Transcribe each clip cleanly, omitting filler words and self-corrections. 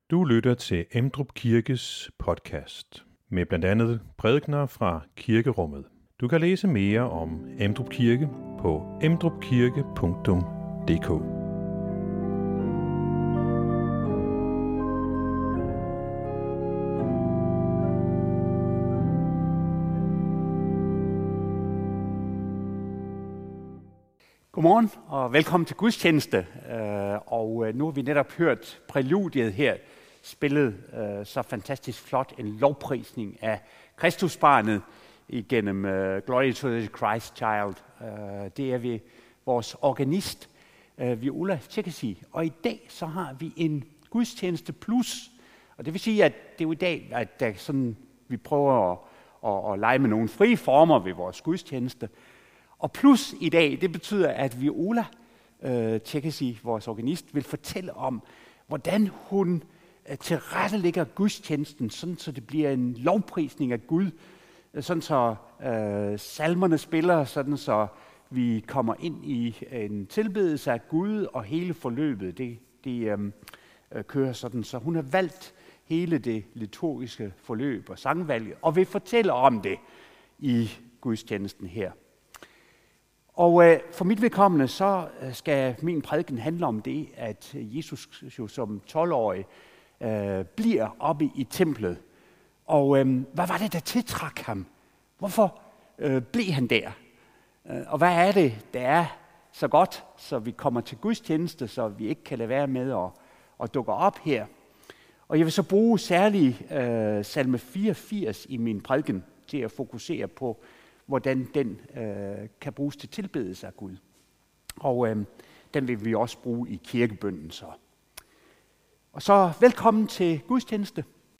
Du lytter til Emdrup Kirkes podcast med blandt andet prædikener fra kirkerummet. Du kan læse mere om Emdrup Kirke på emdrupkirke.dk. Godmorgen og velkommen til gudstjeneste. Og nu har vi netop hørt præludiet her, spillet så fantastisk flot en lovprisning af Kristusbarnet igennem Glory to the Christ Child. Det er vi vores organist, Viola Tjekkesi. Og i dag så har vi en gudstjeneste plus. Og det vil sige, at det er jo i dag, at der sådan, vi prøver at lege med nogle frie former ved vores gudstjeneste. Og plus i dag, det betyder, at Viola Tjekkesi, vores organist, vil fortælle om, hvordan hun tilrettelægger gudstjenesten, sådan så det bliver en lovprisning af Gud, sådan så salmerne spiller, sådan så vi kommer ind i en tilbedelse af Gud, og hele forløbet, det kører sådan, så hun har valgt hele det liturgiske forløb og sangvalget, og vil fortælle om det i gudstjenesten her. Og for mit vedkommende, så skal min prædiken handle om det, at Jesus jo som 12-årig bliver oppe i templet. Og hvad var det, der tiltrak ham? Hvorfor blev han der? Og hvad er det, der er så godt, så vi kommer til gudstjeneste, så vi ikke kan lade være med at dukke op her? Og jeg vil så bruge særligt salme 84 i min prædiken til at fokusere på, hvordan den kan bruges til tilbedelse af Gud. Og den vil vi også bruge i kirkebønnen så. Og så velkommen til gudstjeneste.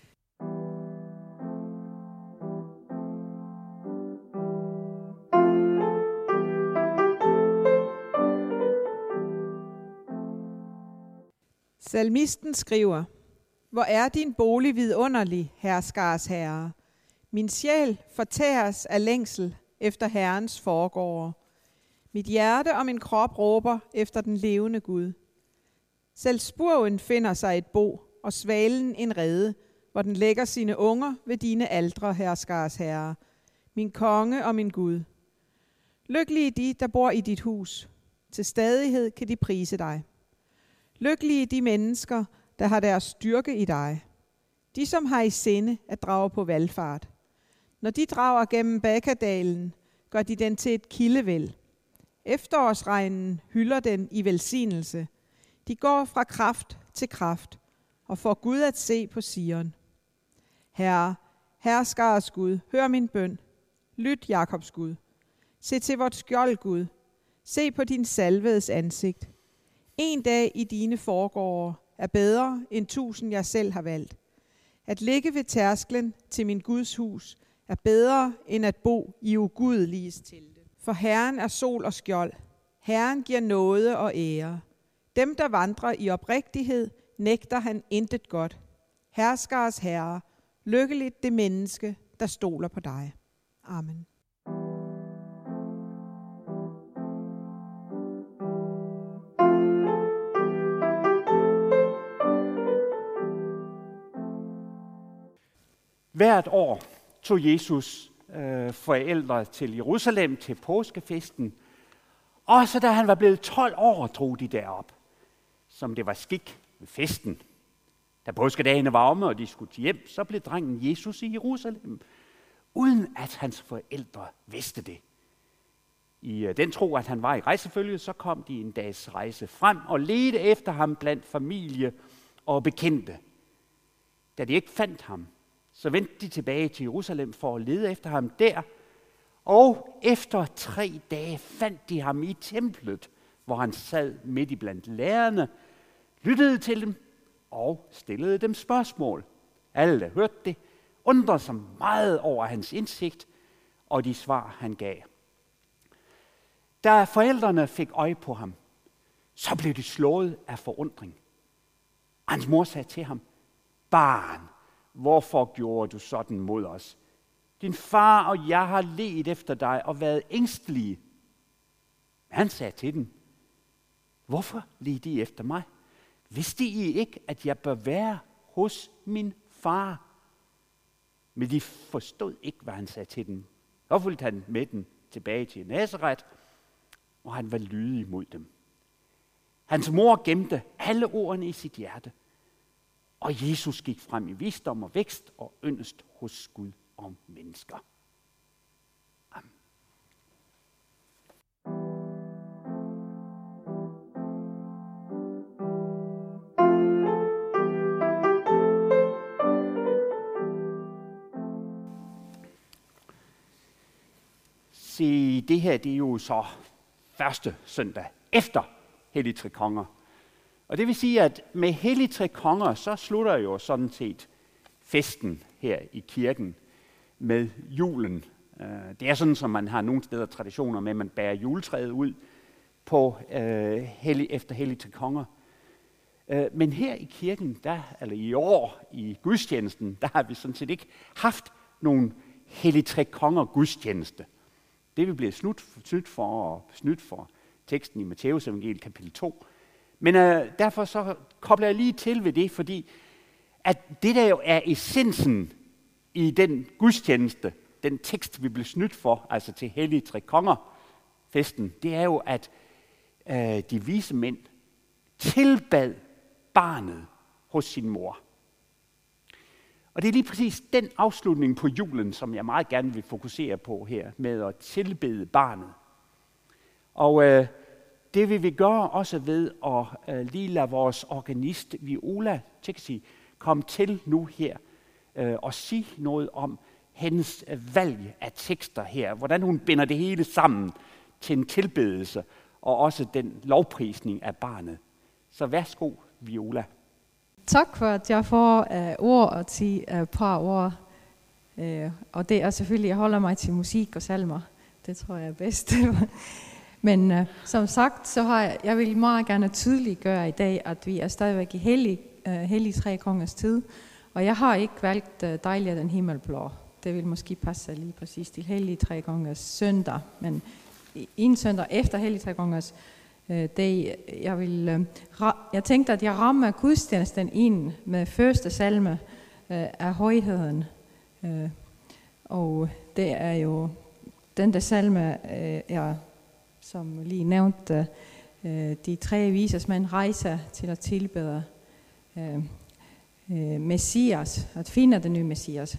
Salmisten skriver: Hvor er din bolig vidunderlig, herskars herre. Min sjæl fortæres af længsel efter Herrens forgårde. Mit hjerte og min krop råber efter den levende Gud. Selv spurven finder sig et bo, og svalen en rede, hvor den lægger sine unger ved dine aldre, herskars herre, min konge og min Gud. Lykkelige de, der bor i dit hus. Til stadighed kan de prise dig. Lykkelige de mennesker, der har deres styrke i dig. De, som har i sinde at drage på valfart. Når de drager gennem Bakadalen, gør de den til et kildevæld. Efterårsregnen hylder den i velsignelse. De går fra kraft til kraft og får Gud at se på Sion. Herre, herskars Gud, hør min bøn. Lyt, Jakobs Gud. Se til vort skjold, Gud. Se på din salvedes ansigt. En dag i dine forgårde er bedre end 1000 jeg selv har valgt. At ligge ved tærsklen til min Guds hus er bedre end at bo i ugudeliges telte. For Herren er sol og skjold. Herren giver nåde og ære. Dem, der vandrer i oprigtighed, nægter han intet godt. Herskars herre, lykkeligt det menneske, der stoler på dig. Amen. Hvert år tog Jesus forældre til Jerusalem til påskefesten. Også da han var blevet 12 år, drog de derop, som det var skik ved festen. Da påskedagene var omme, og de skulle hjem, så blev drengen Jesus i Jerusalem, uden at hans forældre vidste det. I den tro, at han var i rejsefølge, så kom de en dags rejse frem og ledte efter ham blandt familie og bekendte. Da de ikke fandt ham, så vendte de tilbage til Jerusalem for at lede efter ham der, og efter 3 dage fandt de ham i templet, hvor han sad midt i blandt lærerne, lyttede til dem og stillede dem spørgsmål. Alle, der hørte det, undrede sig meget over hans indsigt og de svar, han gav. Da forældrene fik øje på ham, så blev de slået af forundring. Hans mor sagde til ham: Barn, hvorfor gjorde du sådan mod os? Din far og jeg har ledt efter dig og været ængstelige. Han sagde til dem: Hvorfor ledte I efter mig? Vidste I ikke, at jeg bør være hos min far. Men de forstod ikke, hvad han sagde til dem. Så fulgte han med dem tilbage til Nazaret, og han var lydig mod dem. Hans mor gemte alle ordene i sit hjerte, og Jesus gik frem i visdom og vækst og yndest hos Gud og mennesker. Amen. Se, det her det er jo så første søndag efter Hellig Tre Konger. Og det vil sige, at med Hellig Tre Konger, så slutter jo sådan set festen her i kirken med julen. Det er sådan, som man har nogle steder traditioner med, at man bærer juletræet ud på efter Hellig Tre Konger. Men her i kirken, eller i år i gudstjenesten, der har vi sådan set ikke haft nogen Hellig Tre Konger gudstjeneste. Det er vi blevet snydt for teksten i Matteus evangeliet kapitel 2. Men derfor så kobler jeg lige til ved det, fordi at det der jo er essensen i den gudstjeneste, den tekst vi blev snydt for, altså til Hellige Tre Konger festen, det er jo, at de vise mænd tilbad barnet hos sin mor. Og det er lige præcis den afslutning på julen, som jeg meget gerne vil fokusere på her, med at tilbede barnet. Og det vil vi gøre også ved at lige lade vores organist, Viola Txekci, komme til nu her og sige noget om hendes valg af tekster her. Hvordan hun binder det hele sammen til en tilbedelse, og også den lovprisning af barnet. Så værsgo, Viola. Tak for, at jeg får ord og til et par ord. Og det er selvfølgelig, jeg holder mig til musik og salmer. Det tror jeg er bedst. Men som sagt, så har jeg vil meget gerne tydeliggøre i dag, at vi er stadigvæk i hellig Tre Kongers tid. Og jeg har ikke valgt Dejlig er den himmelblå. Det vil måske passe lige præcis til Hellig Tre Kongers søndag. Men en søndag efter Hellig Tre Kongers jeg tænkte, at jeg rammer gudstjenesten ind med første salme af højheden. Og det er jo den der salme, jeg som lige nævnte, de tre visesmænd rejser til at tilbede Messias, at finde den nye Messias.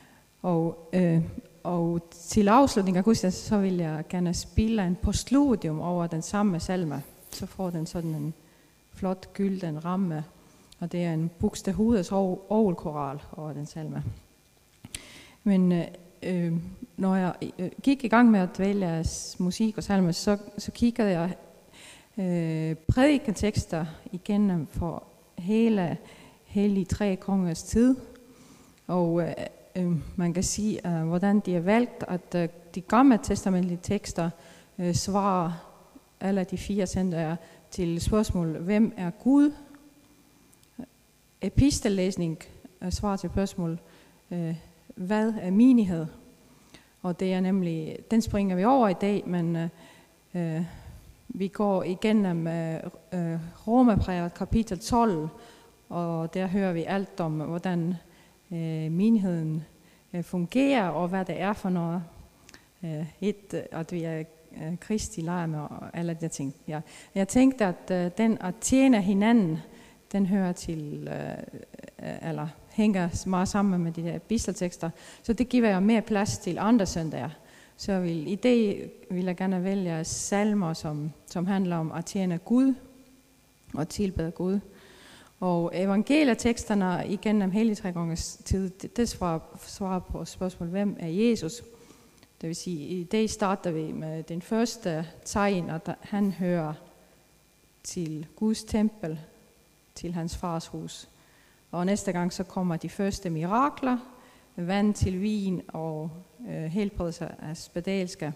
Og til afslutning af gudstjenesten, så vil jeg gerne spille en postludium over den samme salme. Så får den sådan en flot gylden ramme, og det er en Buxtehudes orgelkoral over den salme. Men når jeg gik i gang med at vælge musik og salme, så kiggede jeg prædikentekster igennem for hele Hellig Tre Kongers tid, og man kan sige, hvordan de er valgt, at de gamle testamentlige tekster svarer alle de 4 søndage til spørgsmål, hvem er Gud? Epistellæsning svarer til spørgsmål, hvad er menighed? Og det er nemlig, den springer vi over i dag, men vi går igennem Romerbrevet kapitel 12, og der hører vi alt om, hvordan menigheden fungerer, og hvad det er for noget. At vi er Kristi lejr og alle de ting. Ja. Jeg tænkte, at den at tjene hinanden, den hører til, eller hænger meget sammen med de der bisteltekster, så det giver jo mere plads til andre søndager. Så i det vil jeg gerne vælge salmer, som handler om at tjene Gud og tilbede Gud. Og evangelieteksterne igennem Hellig Tre Kongers tid, det svarer på spørgsmål, hvem er Jesus? Det vil sige, i dag starter vi med den første tegn, at han hører til Guds tempel, til hans fars hus. Og næste gang så kommer de første mirakler, vand til vin og helbredelse af spedalske.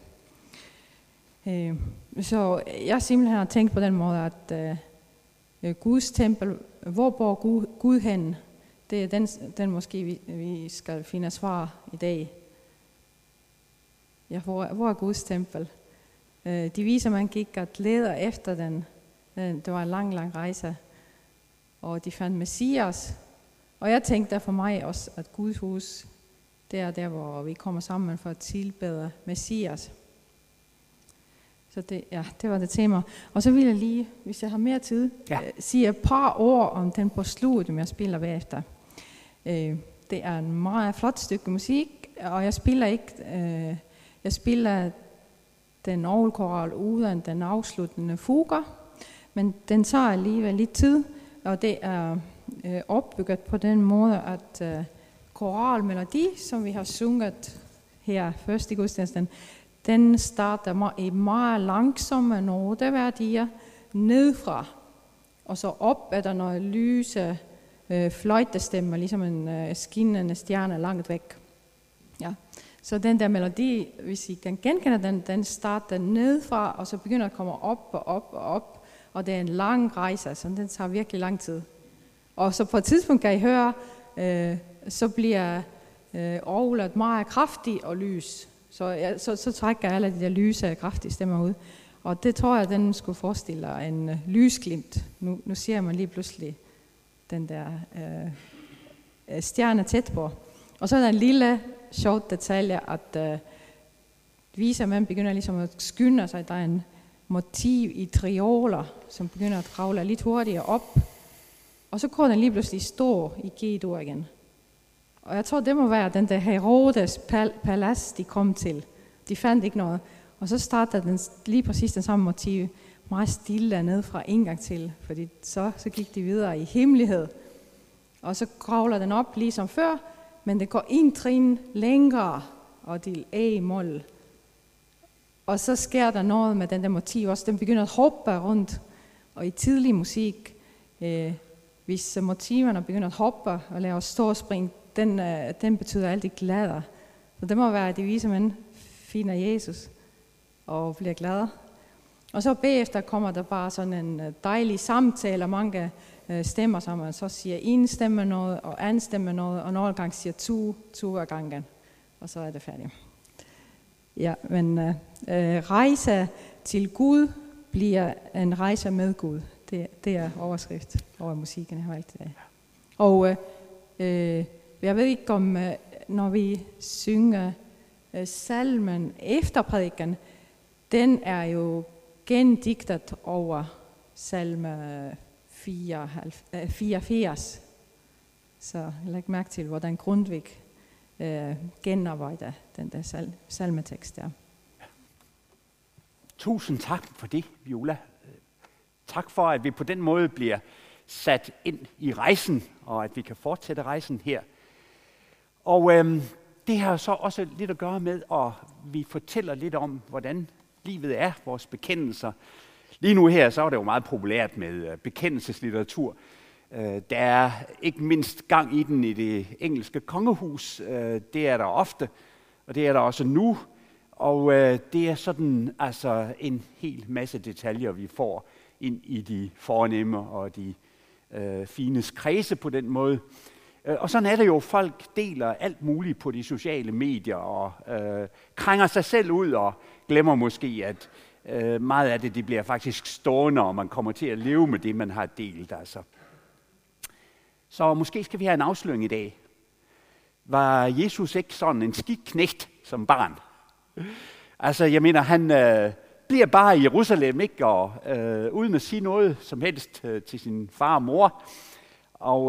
Så jeg simpelthen har tænkt på den måde, at Guds tempel, hvor bor Gud hen? Det er den måske vi skal finde svar i dag. Ja, hvor er Guds tempel? De viser, man gik at lede efter den. Det var en lang rejse. Og de fandt Messias, Og jeg tænkte der for mig også, at Guds hus, det er der, hvor vi kommer sammen for at tilbede Messias. Så det var det tema. Og så vil jeg lige, hvis jeg har mere tid, sige et par ord om den på slutet, som jeg spiller bagefter. Det er en meget flot stykke musik, og jeg spiller den orgelkoral uden den afsluttende fuger, men den tager alligevel lidt tid, og det er opbygget på den måde, at koralmelodi, som vi har sunget her først i gudstjenesten, den starter i meget langsomme noteværdier nedfra, og så op er der noget lyse fløjtestemmer, ligesom en skinnende stjerne langt væk. Ja. Så den der melodi, hvis I kan genkende den starter nedfra, og så begynder at komme op og op og op, og det er en lang rejse, så den tager virkelig lang tid. Og så på et tidspunkt kan I høre, så bliver orglet meget kraftig og lys. Så trækker alle de der lyse, kraftige stemmer ud. Og det tror jeg, den skulle forestille en lysglimt. Nu ser man lige pludselig den der stjerne tæt på. Og så er der en lille sjovt detalje, at viser man begynder ligesom at skynde sig. Der er en motiv i trioler, som begynder at kravle lidt hurtigere op. Og så går den lige pludselig stå i G-dur igen. Og jeg tror, det må være den der Herodes palads, de kom til. De fandt ikke noget. Og så startede den lige præcis den samme motiv meget stille ned fra en gang til. Fordi så gik de videre i hemmelighed. Og så kravler den op ligesom før, men det går en trin længere, og det er A-mol. Og så sker der noget med den der motiv også. Den begynder at hoppe rundt. Og i tidlig musik, hvis motiverne begynder at hoppe og lave stor spring, den betyder altid glæder. Så det må være, at det viser, at man finder Jesus og bliver glad. Og så bagefter kommer der bare sådan en dejlig samtale, og mange stemmer, som man så siger en stemme noget, og anden stemme noget, og nogle gange siger to af gangen. Og så er det færdigt. Ja, men rejse til Gud bliver en rejse med Gud. Det er overskrift over musikken, jeg har valgt i dag. Og jeg ved ikke om, når vi synger salmen efter prædiken, den er jo gendigtet over salme 84. Så læg mærke til, hvordan Grundtvig genarbejder den der salmetekst der. Tusind tak for det, Viola. Tak for, at vi på den måde bliver sat ind i rejsen, og at vi kan fortsætte rejsen her. Og det har så også lidt at gøre med, at vi fortæller lidt om, hvordan livet er, vores bekendelser. Lige nu her, så er det jo meget populært med bekendelseslitteratur. Der er ikke mindst gang i den i det engelske kongehus. Det er der ofte, og det er der også nu. Og det er sådan altså en hel masse detaljer, vi får ind i de fornemme og de fines kredse på den måde. Og sådan er det jo, folk deler alt muligt på de sociale medier og krænger sig selv ud og glemmer måske, at meget af det bliver faktisk stående, og man kommer til at leve med det, man har delt. Altså. Så måske skal vi have en afsløring i dag. Var Jesus ikke sådan en skidt knægt som barn? Altså, jeg mener, han bliver bare i Jerusalem, ikke? Og uden at sige noget som helst til sin far og mor. Og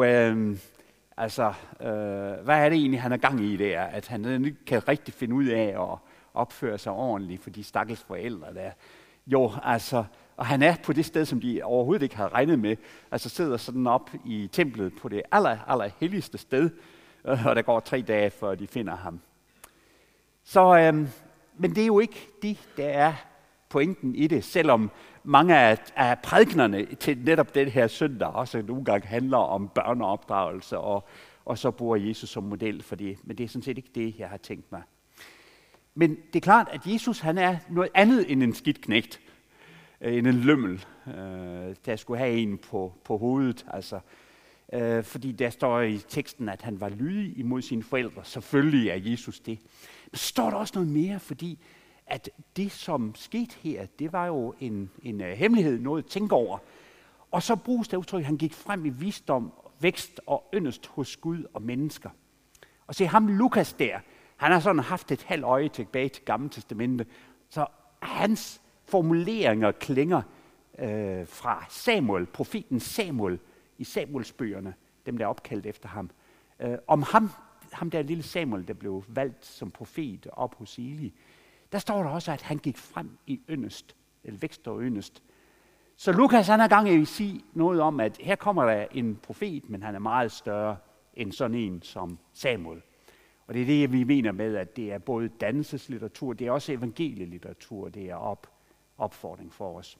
hvad er det egentlig, han er gang i der? At han ikke kan rigtig finde ud af at opføre sig ordentligt for de stakkels forældre der. Jo, altså, og han er på det sted, som de overhovedet ikke havde regnet med. Altså sidder sådan op i templet på det aller helligste sted, og der går 3 dage, før de finder ham. Så, men det er jo ikke det, der er pointen i det, selvom mange af prædiknerne til netop den her søndag også nogle gange handler om børneopdragelse, og så bruger Jesus som model for det. Men det er sådan set ikke det, jeg har tænkt mig. Men det er klart, at Jesus han er noget andet end en skidt knægt, end en lømmel, der skulle have en på hovedet. Altså, fordi der står i teksten, at han var lydig imod sine forældre. Selvfølgelig er Jesus det. Men så står der også noget mere, fordi at det, som skete her, det var jo en hemmelighed, noget at tænke over. Og så bruges det udtryk, at han gik frem i visdom, vækst og yndest hos Gud og mennesker. Og se ham Lukas der, han har sådan haft et halvt øje tilbage til Gamle Testamente, så hans formuleringer klinger fra Samuel, profeten Samuel, i Samuelsbøgerne, dem der er opkaldt efter ham. Om ham der lille Samuel, der blev valgt som profet op hos Eli, der står der også, at han gik frem i yndest, eller vækst og yndest. Så Lukas han er gang i at sige noget om, at her kommer der en profet, men han er meget større end sådan en som Samuel. Og det er det, vi mener med, at det er både dannelseslitteratur, det er også evangelielitteratur, det er opfordring for os.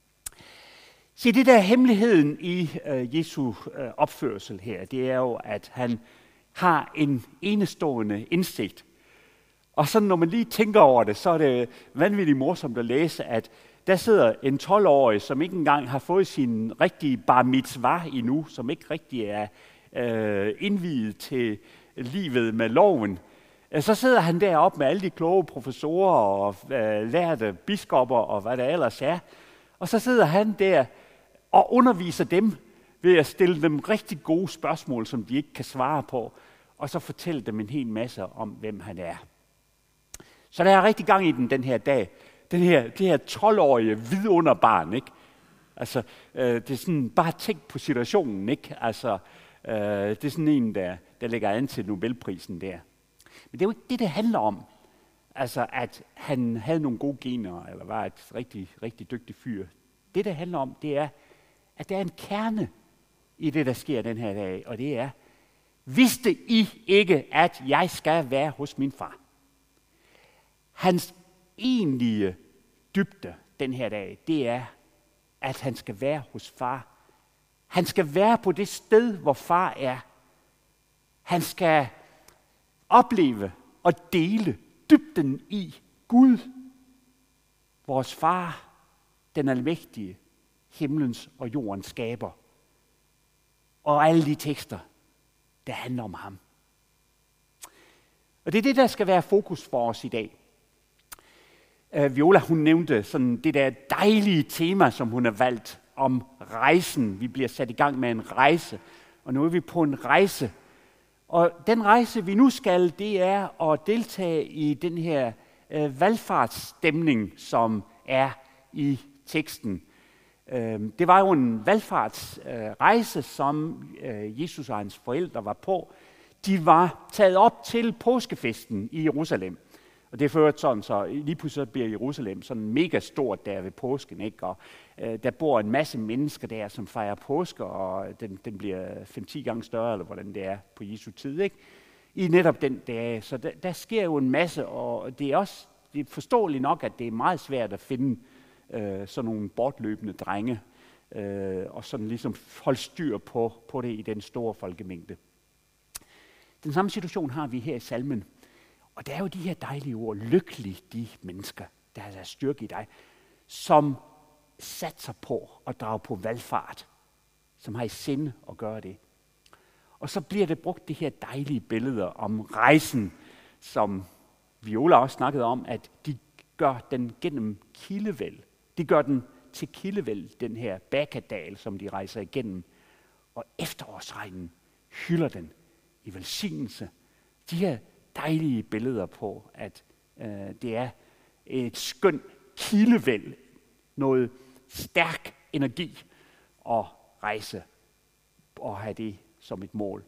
Se, det der hemmeligheden i Jesu opførsel her, det er jo, at han har en enestående indsigt. Og så når man lige tænker over det, så er det vanvittigt morsomt at læse, at der sidder en 12-årig, som ikke engang har fået sin rigtige bar mitzvah endnu, som ikke rigtig er indviet til livet med loven. Så sidder han deroppe med alle de kloge professorer og lærte biskopper og hvad der ellers er. Og så sidder han der og underviser dem ved at stille dem rigtig gode spørgsmål, som de ikke kan svare på, og så fortælle dem en hel masse om, hvem han er. Så der er rigtig gang i den her dag. Det her 12-årige vidunderbarn, ikke? Altså, det er sådan, bare tænk på situationen, ikke? Altså, det er sådan en, der lægger an til Nobelprisen der. Men det er jo ikke det handler om. Altså, at han havde nogle gode gener, eller var et rigtig, rigtig dygtig fyr. Det handler om, det er, at der er en kerne i det, der sker den her dag, og det er, vidste I ikke, at jeg skal være hos min far? Hans egentlige dybde den her dag, det er, at han skal være hos far. Han skal være på det sted, hvor far er. Han skal opleve og dele dybden i Gud, vores far, den almægtige, himlens og jordens skaber. Og alle de tekster, der handler om ham. Og det er det, der skal være fokus for os i dag. Viola, hun nævnte sådan det der dejlige tema, som hun har valgt om rejsen. Vi bliver sat i gang med en rejse, og nu er vi på en rejse. Og den rejse, vi nu skal, det er at deltage i den her valfartsstemning, som er i teksten. Det var jo en valfartsrejse, som Jesus og hans forældre var på. De var taget op til påskefesten i Jerusalem. Og det er ført sådan, så lige pludselig bliver Jerusalem sådan mega stort der ved påsken, ikke? Og der bor en masse mennesker der, som fejrer påske, og den bliver 5-10 gange større, eller hvordan det er på Jesu tid, ikke? I netop den dag. Så der sker jo en masse, og det er forståeligt nok, at det er meget svært at finde sådan nogle bortløbende drenge, og sådan ligesom holde styr på det i den store folkemængde. Den samme situation har vi her i salmen. Og der er jo de her dejlige ord, lykkelig de mennesker, der har deres styrke i dig, som satser på at drage på valfart, som har i sinde at gøre det. Og så bliver det brugt de her dejlige billeder om rejsen, som Viola også snakkede om, at de gør den gennem Kildevæld. De gør den til Kildevæld, den her Bakadal, som de rejser igennem. Og efterårsregnen hylder den i velsignelse. De her dejlige billeder på, at det er et skønt kildevæld, noget stærk energi at rejse og have det som et mål.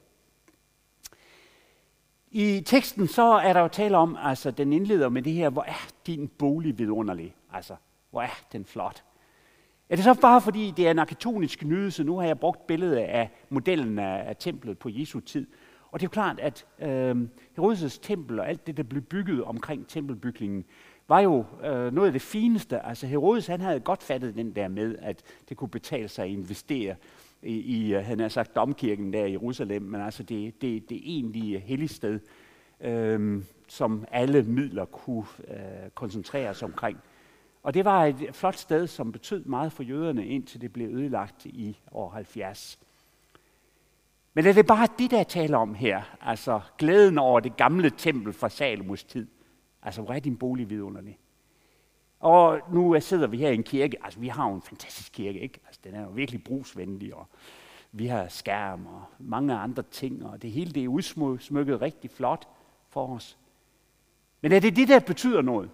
I teksten så er der jo tale om, altså den indleder med det her, hvor er din bolig vidunderlig, altså hvor er den flot. Er det så bare fordi det er en arkitektonisk nydelse? Nu har jeg brugt billedet af modellen af templet på Jesu tid. Og det er jo klart, at Herodes' tempel og alt det, der blev bygget omkring tempelbygningen, var jo noget af det fineste. Altså Herodes, han havde godt fattet den der med, at det kunne betale sig at investere i han har sagt, domkirken der i Jerusalem, men altså det egentlige helligsted, som alle midler kunne koncentrere sig omkring. Og det var et flot sted, som betød meget for jøderne, indtil det blev ødelagt i år 70. Men er det bare det, der taler om her? Altså glæden over det gamle tempel fra Salomos tid. Altså, hvor er din bolig vidunderlig? Og nu sidder vi her i en kirke. Altså, vi har jo en fantastisk kirke, ikke? Altså, den er jo virkelig brugsvenlig, og Vi har skærm og mange andre ting, og det hele det er udsmykket rigtig flot for os. Men er det det, der betyder noget?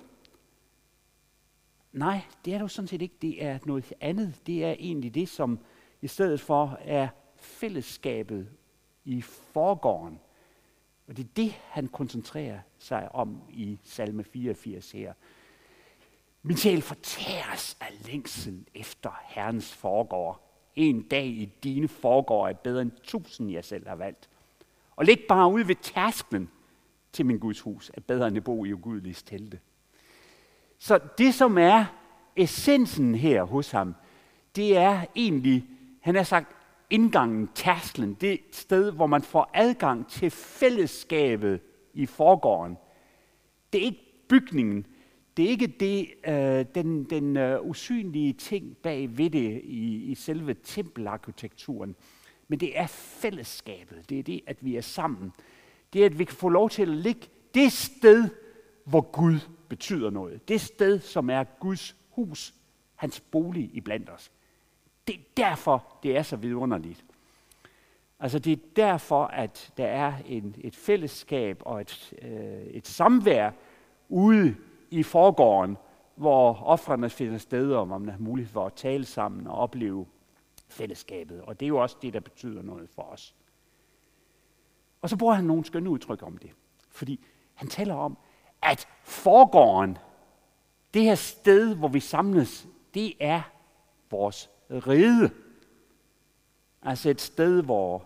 Nej, det er det jo sådan set ikke. Det er noget andet. Det er egentlig det, som i stedet for er fællesskabet i forgården. Og det er det, han koncentrerer sig om i salme 84 her. Min sjæl fortæres af længsel efter Herrens forgård. En dag i dine forgård er bedre end 1000, jeg selv har valgt. Og ligge bare ude ved tærsklen til min Guds hus er bedre end at bo i ugudeliges telte. Så det, som er essensen her hos ham, det er egentlig, han har sagt, indgangen, tærsklen, det sted, hvor man får adgang til fællesskabet i forgården. Det er ikke bygningen, det er ikke den usynlige ting bag ved det i selve tempelarkitekturen, men det er fællesskabet. Det er det, at vi er sammen. Det er, at vi kan få lov til at ligge det sted, hvor Gud betyder noget. Det sted, som er Guds hus, hans bolig iblandt os. Det er derfor, det er så vidunderligt. Altså det er derfor, at der er et fællesskab og et samvær ude i forgården, hvor ofrene finder steder, hvor man har mulighed for at tale sammen og opleve fællesskabet. Og det er jo også det, der betyder noget for os. Og så bruger han nogle skønne udtryk om det. Fordi han taler om, at forgården, det her sted, hvor vi samles, det er vores rede. Altså et sted,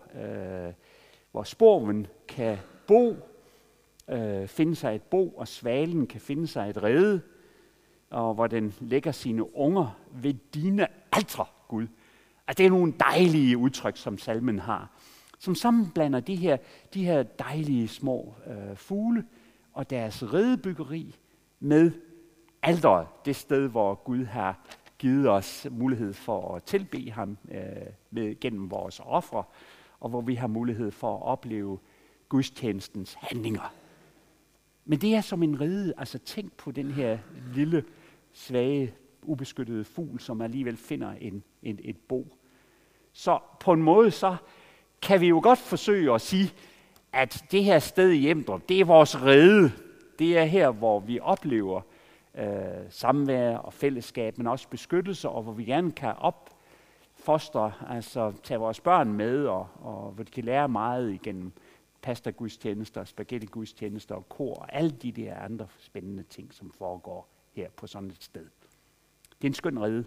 hvor sporven kan bo, finde sig et bo, og svalen kan finde sig et rede, og hvor den lægger sine unger ved dine altre, Gud. Altså, det er nogle dejlige udtryk, som salmen har, som sammenblander de her dejlige små fugle og deres redebyggeri med alteret, det sted, hvor Gud har givet os mulighed for at tilbede ham gennem vores ofre, og hvor vi har mulighed for at opleve gudstjenestens handlinger. Men det er som en rede, altså tænk på den her lille, svage, ubeskyttede fugl, som alligevel finder et bo. Så på en måde, så kan vi jo godt forsøge at sige, at det her sted i Emdrup, det er vores rede. Det er her, hvor vi oplever samvær og fællesskab, men også beskyttelse, og hvor vi gerne kan opfostre, altså tage vores børn med, og hvor de kan lære meget igennem pasta-gudstjenester, spaghetti-gudstjenester og kor, og alle de der andre spændende ting, som foregår her på sådan et sted. Det er en skøn rede.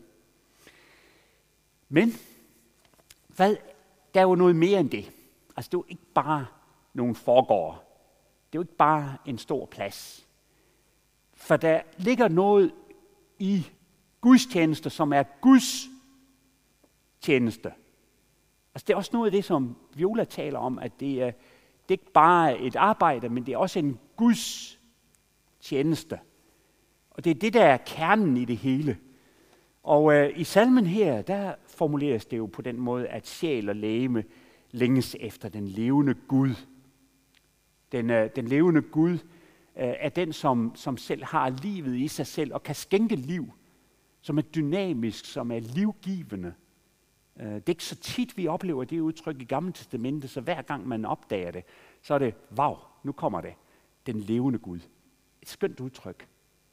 Men der er jo noget mere end det. Altså det er jo ikke bare nogle forgårde. Det er jo ikke bare en stor plads. For der ligger noget i gudstjenester, som er Guds tjeneste. Altså det er også noget af det, som Viola taler om, at det er ikke bare et arbejde, men det er også en Guds tjeneste. Og det er det, der er kernen i det hele. Og i salmen her, der formuleres det jo på den måde, at sjæl og legeme længes efter den levende Gud. Den levende Gud er den, som selv har livet i sig selv og kan skænke liv, som er dynamisk, som er livgivende. Det er ikke så tit, vi oplever det udtryk i Gamle Testamentet, så hver gang man opdager det, så er det, wow, nu kommer det, den levende Gud. Et skønt udtryk.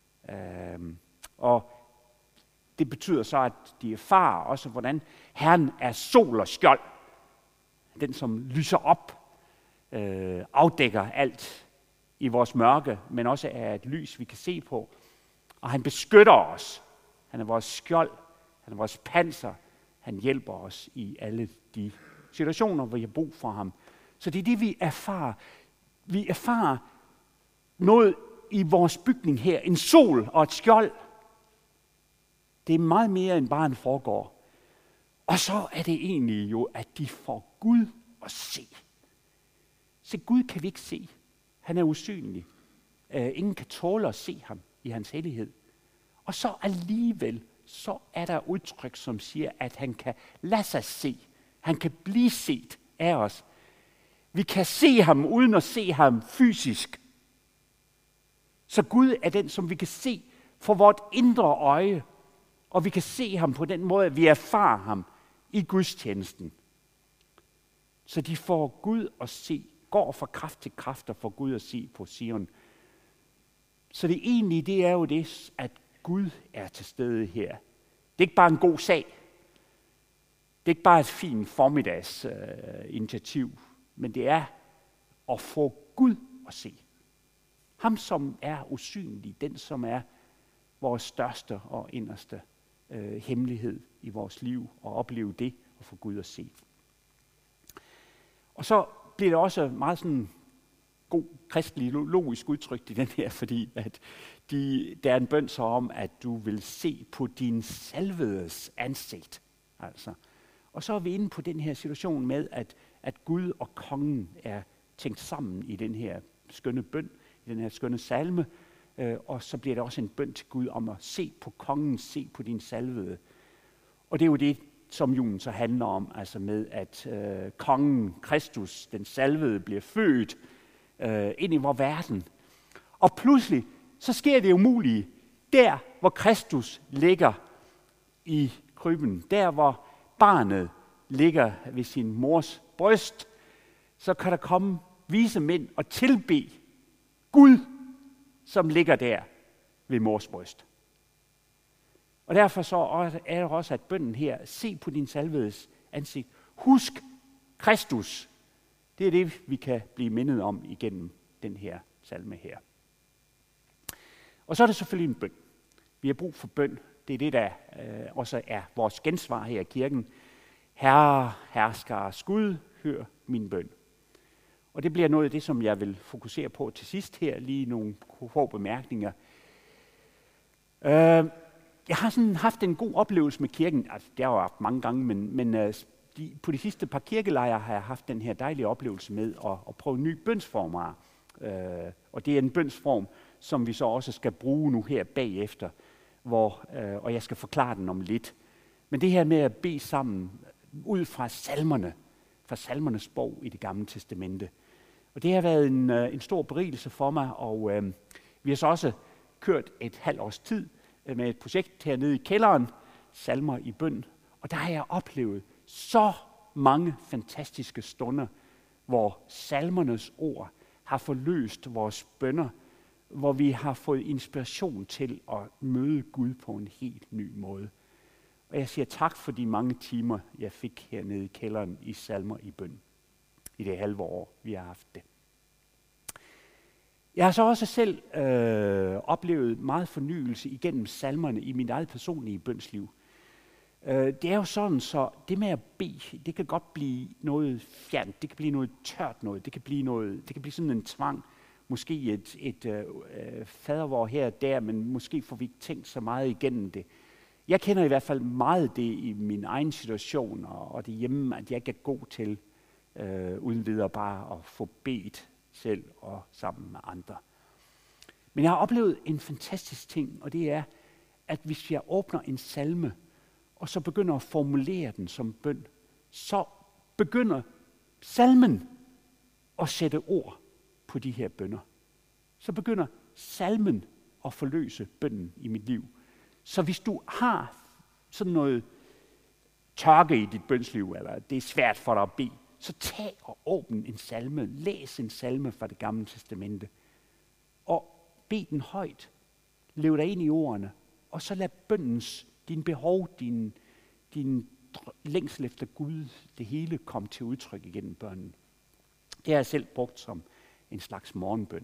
Og det betyder så, at de erfarer også, hvordan Herren er sol og skjold. Den, som lyser op, afdækker alt i vores mørke, men også er et lys, vi kan se på. Og han beskytter os. Han er vores skjold. Han er vores panser. Han hjælper os i alle de situationer, hvor vi har brug for ham. Så det er det, vi erfarer. Vi erfarer noget i vores bygning her. En sol og et skjold. Det er meget mere end bare en forgård. Og så er det egentlig jo, at de får Gud at se. Så Gud kan vi ikke se. Han er usynlig. Ingen kan tåle at se ham i hans hellighed. Og så alligevel, så er der udtryk, som siger, at han kan lade sig se. Han kan blive set af os. Vi kan se ham uden at se ham fysisk. Så Gud er den, som vi kan se for vort indre øje. Og vi kan se ham på den måde, at vi erfarer ham i gudstjenesten. Så de får Gud at se, går fra kraft til kraft og får Gud at se på Sion. Så det egentlige, det er jo det, at Gud er til stede her. Det er ikke bare en god sag. Det er ikke bare et fint formiddags initiativ, men det er at få Gud at se. Ham, som er usynlig, den, som er vores største og inderste hemmelighed i vores liv, og opleve det og få Gud at se. Og så bliver det også meget sådan god kristelig logisk udtrykt i den her, fordi at der er en bøn så om, at du vil se på din salvedes ansigt. Altså. Og så er vi inde på den her situation med, at Gud og kongen er tænkt sammen i den her skønne bøn, i den her skønne salme, og så bliver det også en bøn til Gud om at se på kongen, se på din salvede. Og det er jo det, som julen så handler om, altså med, at kongen, Kristus, den salvede, bliver født ind i vores verden. Og pludselig, så sker det umulige. Der, hvor Kristus ligger i krybben, der, hvor barnet ligger ved sin mors bryst, så kan der komme vise mænd og tilbe Gud, som ligger der ved mors bryst. Og derfor så er der også, at bønnen her, se på din salvedes ansigt. Husk Kristus. Det er det, vi kan blive mindet om igennem den her salme her. Og så er det selvfølgelig en bøn. Vi har brug for bøn. Det er det, der også er vores gensvar her i kirken. Herre, herskers Gud, hør min bøn. Og det bliver noget af det, som jeg vil fokusere på til sidst her. Lige nogle få bemærkninger. Jeg har sådan haft en god oplevelse med kirken. Altså, det har jeg haft mange gange, men på de sidste par kirkelejre har jeg haft den her dejlige oplevelse med at prøve nye bønsformer. Og det er en bønsform, som vi så også skal bruge nu her bagefter, og jeg skal forklare den om lidt. Men det her med at bede sammen ud fra salmerne, fra salmernes bog i Det Gamle Testamente. Og det har været en stor berigelse for mig, og vi har så også kørt et halvt års tid med et projekt hernede i kælderen, salmer i bøn. Og der har jeg oplevet så mange fantastiske stunder, hvor salmernes ord har forløst vores bønner, hvor vi har fået inspiration til at møde Gud på en helt ny måde. Og jeg siger tak for de mange timer, jeg fik hernede i kælderen i salmer i bøn, i det halve år, vi har haft det. Jeg har så også selv oplevet meget fornyelse igennem salmerne i mit eget personlige bønsliv. Det er jo sådan, så det med at bede, det kan godt blive noget fjernt, det kan blive noget tørt noget, det kan blive sådan en tvang, måske et fadervor her og der, men måske får vi ikke tænkt så meget igennem det. Jeg kender i hvert fald meget det i min egen situation, og det hjemme, at jeg ikke er god til uden videre bare at få bedt selv og sammen med andre. Men jeg har oplevet en fantastisk ting, og det er, at hvis jeg åbner en salme, og så begynder at formulere den som bøn, så begynder salmen at sætte ord på de her bønner. Så begynder salmen at forløse bønnen i mit liv. Så hvis du har sådan noget tørke i dit bønsliv, eller det er svært for dig at bede, så tag og åbn en salme, læs en salme fra Det Gamle Testamente, og bed den højt. Lev dig ind i ordene, og så lad bønnens, din behov, din længsel efter Gud, det hele komme til udtryk igennem bønnen. Det har jeg selv brugt som en slags morgenbøn.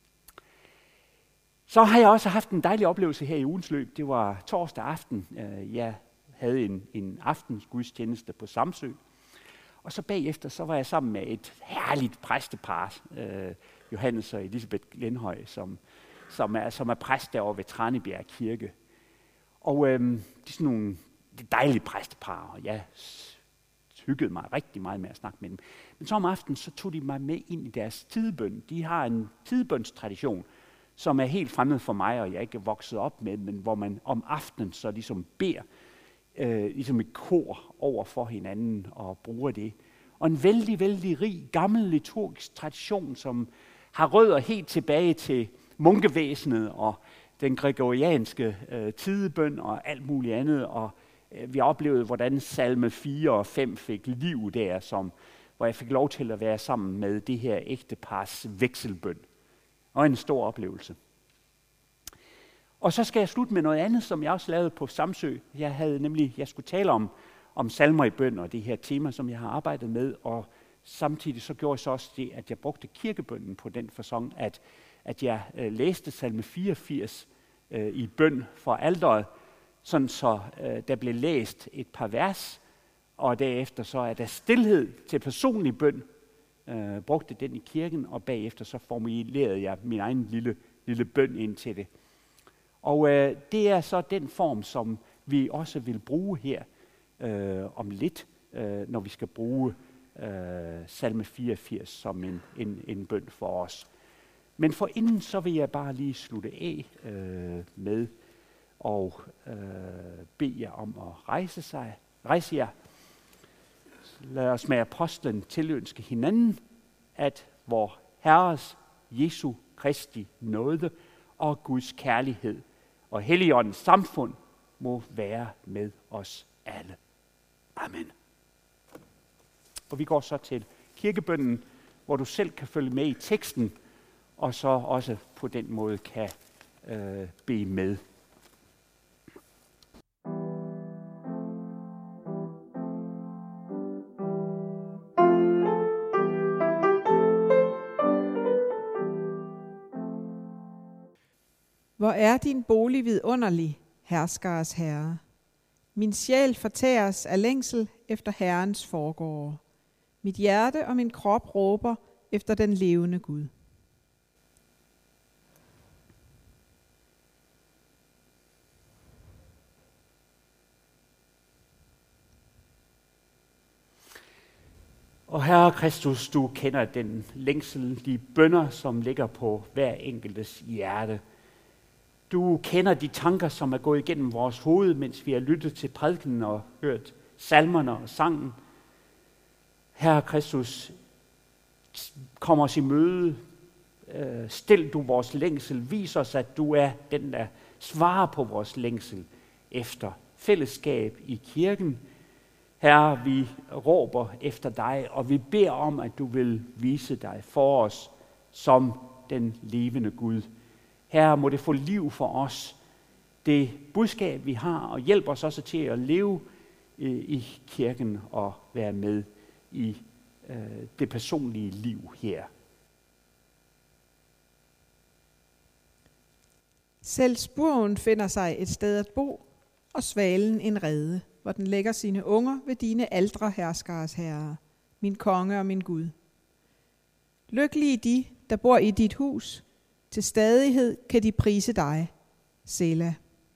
Så har jeg også haft en dejlig oplevelse her i ugens løb. Det var torsdag aften. Jeg havde en aftensgudstjeneste på Samsø. Og så bagefter, så var jeg sammen med et herligt præstepar, Johannes og Elisabeth Lindhøj, som er præst derovre ved Tranebjerg Kirke. Og de er sådan nogle dejlige præstepar, og jeg hyggede mig rigtig meget med at snakke med dem. Men så om aftenen, så tog de mig med ind i deres tidebøn. De har en tidebønstradition, som er helt fremmed for mig, og jeg ikke er vokset op med, men hvor man om aftenen så ligesom beder, ligesom et kor over for hinanden og bruger det. Og en vældig, vældig rig, gammel liturgisk tradition, som har rødder helt tilbage til munkevæsenet og den gregorianske tidebøn og alt muligt andet. Og vi oplevede, hvordan salme 4 og 5 fik liv der, som hvor jeg fik lov til at være sammen med det her ægtepars vekselbøn. Og en stor oplevelse. Og så skal jeg slutte med noget andet, som jeg også lavede på Samsø. Jeg skulle tale om salmer i bøn og det her tema, som jeg har arbejdet med, og samtidig så gjorde jeg så også det, at jeg brugte kirkebønnen på den facon, at jeg læste salme 84 i bøn for alteret, sådan så der blev læst et par vers, og derefter så er der stilhed til personlig bøn, brugte den i kirken, og bagefter så formulerede jeg min egen lille bøn ind til det. Og det er så den form, som vi også vil bruge her om lidt, når vi skal bruge salme 84 som en bøn for os. Men forinden så vil jeg bare lige slutte af med og bede jer om at rejse jer. Lad os med apostlen tilønske hinanden, at vor Herres Jesu Kristi nåde og Guds kærlighed og Helligåndens samfund må være med os alle. Amen. Og vi går så til kirkebønnen, hvor du selv kan følge med i teksten, og så også på den måde kan bede med. Hvor er din bolig vidunderlig, herskers herre. Min sjæl fortæres af længsel efter Herrens forgårde. Mit hjerte og min krop råber efter den levende Gud. Og Herre Kristus, du kender den længsel, de bønner, som ligger på hver enkeltes hjerte. Du kender de tanker, som er gået igennem vores hoved, mens vi har lyttet til prædiken og hørt salmerne og sangen. Herre Kristus, kom os i møde. Stil du vores længsel. Vis os, at du er den, der svarer på vores længsel efter fællesskab i kirken. Herre, vi råber efter dig, og vi beder om, at du vil vise dig for os som den levende Gud. Herre, må det få liv for os, det budskab, vi har, og hjælp os også til at leve i kirken og være med i det personlige liv her. Selv spurven finder sig et sted at bo, og svalen en rede, hvor den lægger sine unger ved dine aldre, herskers herre, min konge og min Gud. Lykkelige de, der bor i dit hus, til stadighed kan de prise dig, Sela.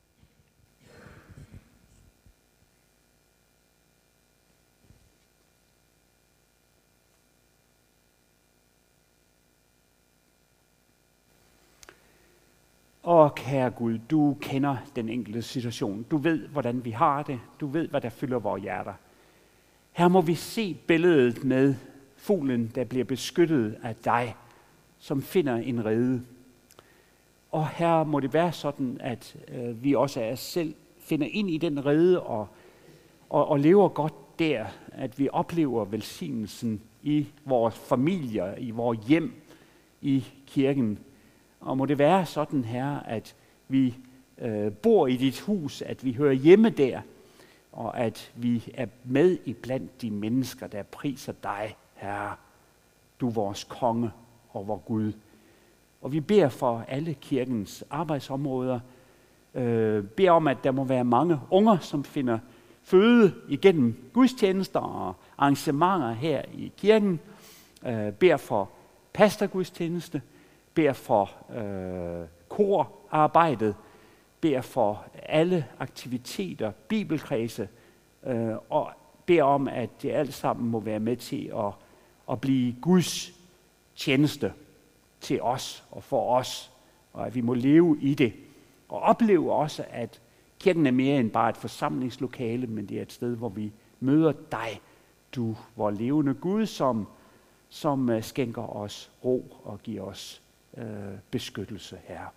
Og kære Gud, du kender den enkelte situation. Du ved, hvordan vi har det. Du ved, hvad der fylder vores hjerter. Her må vi se billedet med fuglen, der bliver beskyttet af dig, som finder en rede. Og her må det være sådan, at vi også af os selv finder ind i den rede og lever godt der. At vi oplever velsignelsen i vores familier, i vores hjem, i kirken. Og må det være sådan her, at vi bor i dit hus, at vi hører hjemme der, og at vi er med i blandt de mennesker, der priser dig, Herre. Du vores konge og vor Gud. Og vi beder for alle kirkens arbejdsområder. Beder om, at der må være mange unger, som finder føde igennem gudstjenester og arrangementer her i kirken. Beder for pastorgudstjeneste. Beder for korarbejdet. Beder for alle aktiviteter, bibelkredse. Og beder om, at det alt sammen må være med til at blive Guds tjeneste til os og for os, og at vi må leve i det. Og opleve også, at kirken er mere end bare et forsamlingslokale, men det er et sted, hvor vi møder dig, du, vor levende Gud, som skænker os ro og giver os beskyttelse, Herre.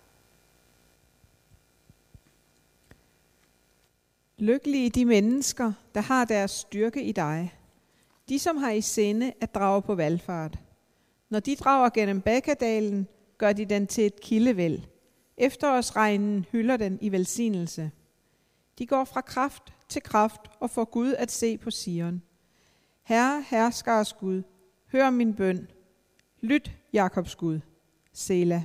Lykkelige de mennesker, der har deres styrke i dig. de som har i sinde at drage på valfart. Når de drager gennem Bækkadalen, gør de den til et kildevæld. Efterårsregnen hylder den i velsignelse. De går fra kraft til kraft og får Gud at se på Sion. Herre, herskers Gud, hør min bøn. Lyt, Jakobs Gud. Sela.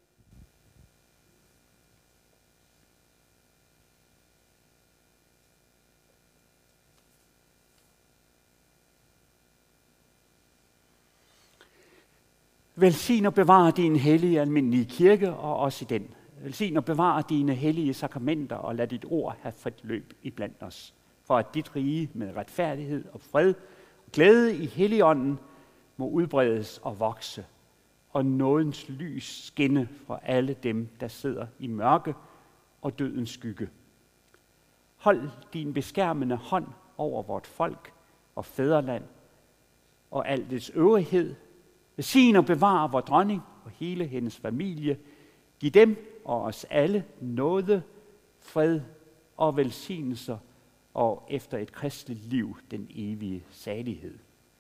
Velsign og bevare din hellige almindelige kirke, og også i den. Velsign og bevare dine hellige sakramenter, og lad dit ord have frit løb iblandt os. For at dit rige med retfærdighed og fred og glæde i Helligånden må udbredes og vokse, og nådens lys skinne for alle dem, der sidder i mørke og dødens skygge. Hold din beskærmende hånd over vort folk og fædreland og al dets øvrighed. Velsign og bevare vor dronning og hele hendes familie. Giv dem og os alle nåde, fred og velsignelser, og efter et kristeligt liv den evige salighed.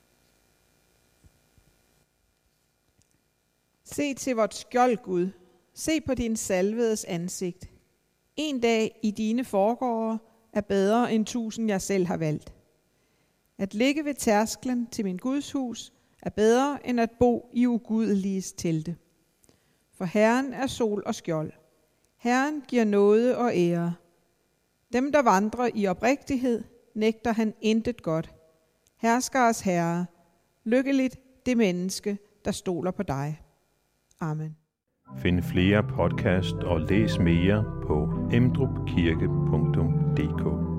Se til vort skjold, Gud. Se på din salvedes ansigt. En dag i dine forgårde er bedre end 1000, jeg selv har valgt. At ligge ved tærsklen til min Guds hus er bedre end at bo i ugudeliges telte. For Herren er sol og skjold. Herren giver nåde og ære. Dem, der vandrer i oprigtighed, nægter han intet godt. Herskers Herre, lykkeligt det menneske, der stoler på dig. Amen. Find flere podcast og læs mere på emdrupkirke.dk.